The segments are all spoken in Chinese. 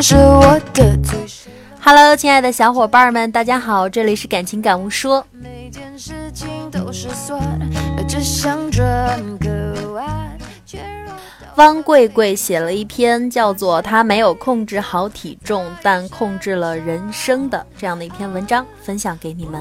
是我的最深。 Hello， 亲爱的小伙伴们，大家好，这里是感情感悟说。 每件事情都是算，只想转个弯。 汪贵贵写了一篇叫做他没有控制好体重但控制了人生的这样的一篇文章，分享给你们。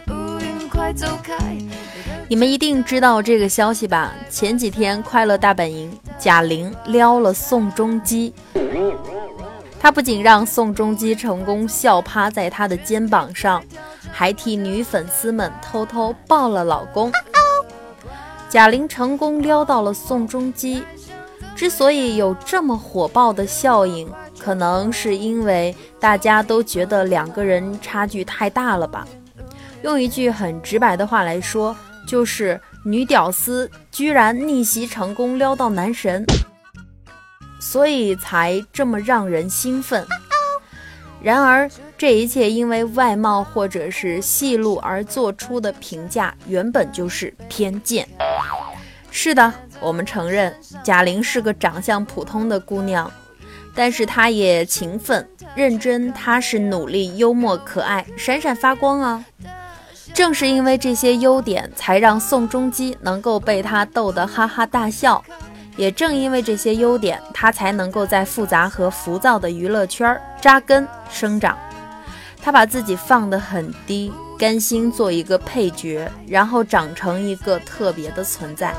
你们一定知道这个消息吧？前几天快乐大本营贾玲撩了宋仲基，她不仅让宋仲基成功笑趴在她的肩膀上，还替女粉丝们偷偷抱了老公。贾玲成功撩到了宋仲基，之所以有这么火爆的效应，可能是因为大家都觉得两个人差距太大了吧。用一句很直白的话来说，就是女屌丝居然逆袭成功撩到男神，所以才这么让人兴奋。然而这一切因为外貌或者是戏路而做出的评价原本就是偏见。是的，我们承认贾玲是个长相普通的姑娘，但是她也勤奋认真，踏实努力，幽默可爱，闪闪发光啊。正是因为这些优点，才让宋仲基能够被她逗得哈哈大笑，也正因为这些优点，她才能够在复杂和浮躁的娱乐圈扎根生长。她把自己放得很低，甘心做一个配角，然后长成一个特别的存在。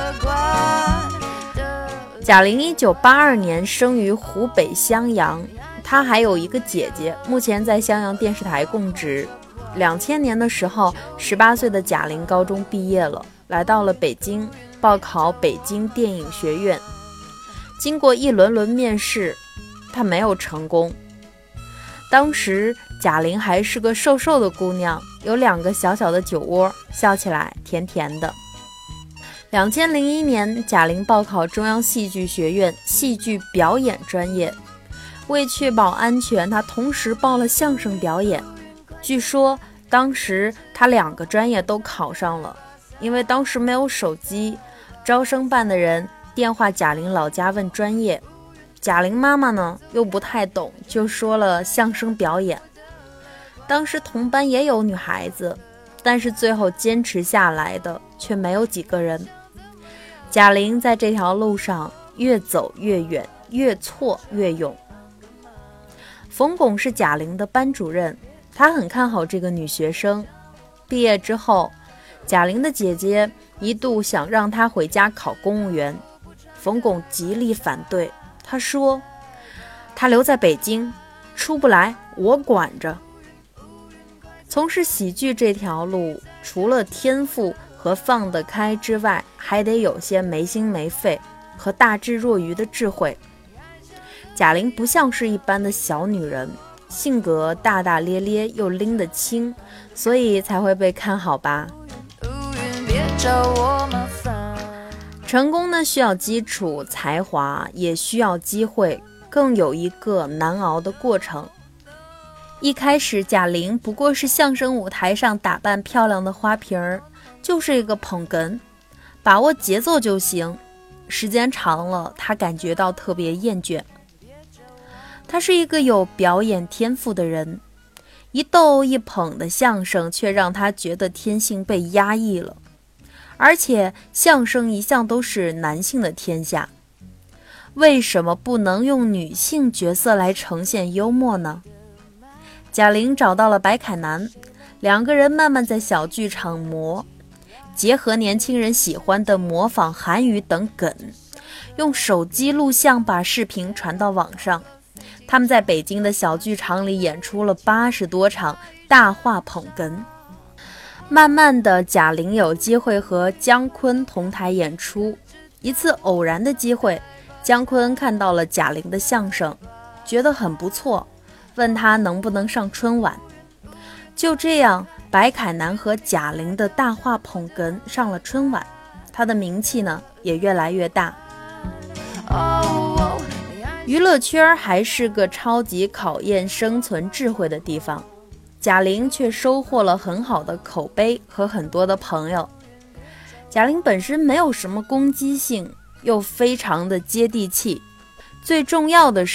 贾玲1982年生于湖北襄阳，她还有一个姐姐，目前在襄阳电视台供职。2000年的时候，18岁的贾玲高中毕业了，来到了北京，报考北京电影学院。经过一轮轮面试，她没有成功。当时贾玲还是个瘦瘦的姑娘，有2个小小的酒窝，笑起来甜甜的。2001年，贾玲报考中央戏剧学院戏剧表演专业，为确保安全，她同时报了相声表演。据说当时她2个专业都考上了，因为当时没有手机，招生办的人电话贾玲老家问专业，贾玲妈妈呢又不太懂，就说了相声表演。当时同班也有女孩子，但是最后坚持下来的却没有几个人。贾玲在这条路上越走越远，越挫越勇。冯巩是贾玲的班主任，他很看好这个女学生。毕业之后，贾玲的姐姐一度想让她回家考公务员，冯巩极力反对。他说她留在北京出不来，我管着。从事喜剧这条路，除了天赋和放得开之外，还得有些没心没肺和大智若愚的智慧。贾玲不像是一般的小女人，性格大大咧咧又拎得清，所以才会被看好吧。成功呢，需要基础才华，也需要机会，更有一个难熬的过程。一开始贾玲不过是相声舞台上打扮漂亮的花瓶儿，就是一个捧哏，把握节奏就行。时间长了，她感觉到特别厌倦。她是一个有表演天赋的人，一逗一捧的相声却让她觉得天性被压抑了。而且相声一向都是男性的天下，为什么不能用女性角色来呈现幽默呢？贾玲找到了白凯南，2个人慢慢在小剧场磨，结合年轻人喜欢的模仿韩语等梗，用手机录像把视频传到网上。他们在北京的小剧场里演出了80多场大话捧哏。慢慢的，贾玲有机会和姜昆同台演出。一次偶然的机会，姜昆看到了贾玲的相声，觉得很不错，问他能不能上春晚。就这样，白凯南和贾玲的大话捧哏上了春晚，他的名气呢也越来越大。娱乐圈还是个超级考验生存智慧的地方，贾玲却收获了很好的口碑和很多的朋友。贾玲本身没有什么攻击性，又非常的接地气，最重要的是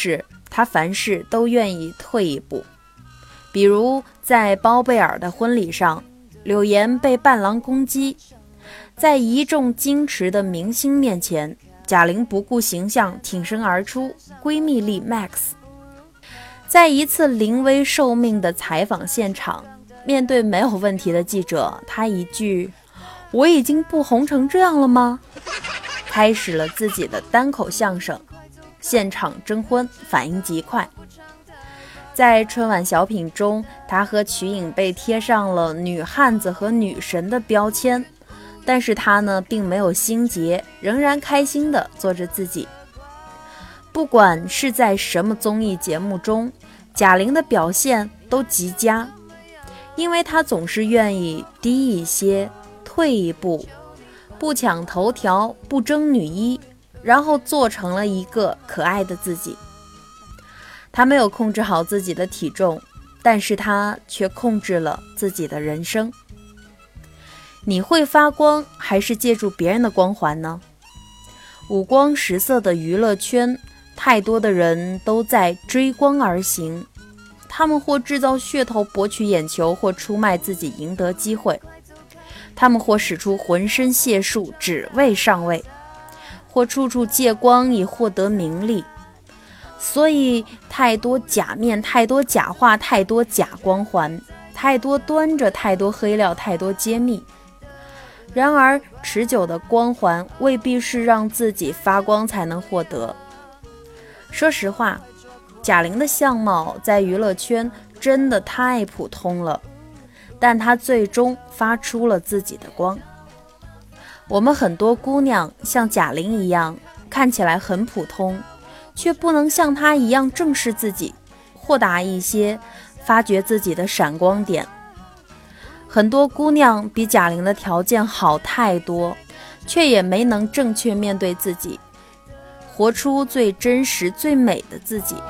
她凡事都愿意退一步。比如在包贝尔的婚礼上，柳岩被伴郎攻击，在一众矜持的明星面前，贾玲不顾形象挺身而出，闺蜜力 max。 在一次临危受命的采访现场，面对没有问题的记者，她一句我已经不红成这样了吗，开始了自己的单口相声，现场征婚，反应极快。在春晚小品中，她和瞿颖被贴上了女汉子和女神的标签，但是她呢并没有心结，仍然开心地做着自己。不管是在什么综艺节目中，贾玲的表现都极佳，因为她总是愿意低一些，退一步，不抢头条，不争女一，然后做成了一个可爱的自己。她没有控制好自己的体重，但是她却控制了自己的人生。你会发光，还是借助别人的光环呢？五光十色的娱乐圈，太多的人都在追光而行，他们或制造噱头博取眼球，或出卖自己赢得机会，他们或使出浑身解数只为上位，或处处借光以获得名利。所以太多假面，太多假话，太多假光环，太多端着，太多黑料，太多揭秘。然而持久的光环未必是让自己发光才能获得。说实话，贾玲的相貌在娱乐圈真的太普通了，但她最终发出了自己的光。我们很多姑娘像贾玲一样，看起来很普通，却不能像她一样正视自己，豁达一些，发掘自己的闪光点。很多姑娘比贾玲的条件好太多，却也没能正确面对自己，活出最真实最美的自己。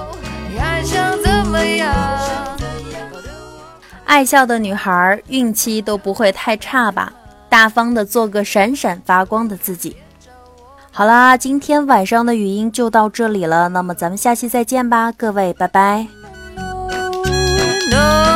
爱笑的女孩运气都不会太差吧，大方的做个闪闪发光的自己。好啦，今天晚上的语音就到这里了，那么咱们下期再见吧，各位拜拜。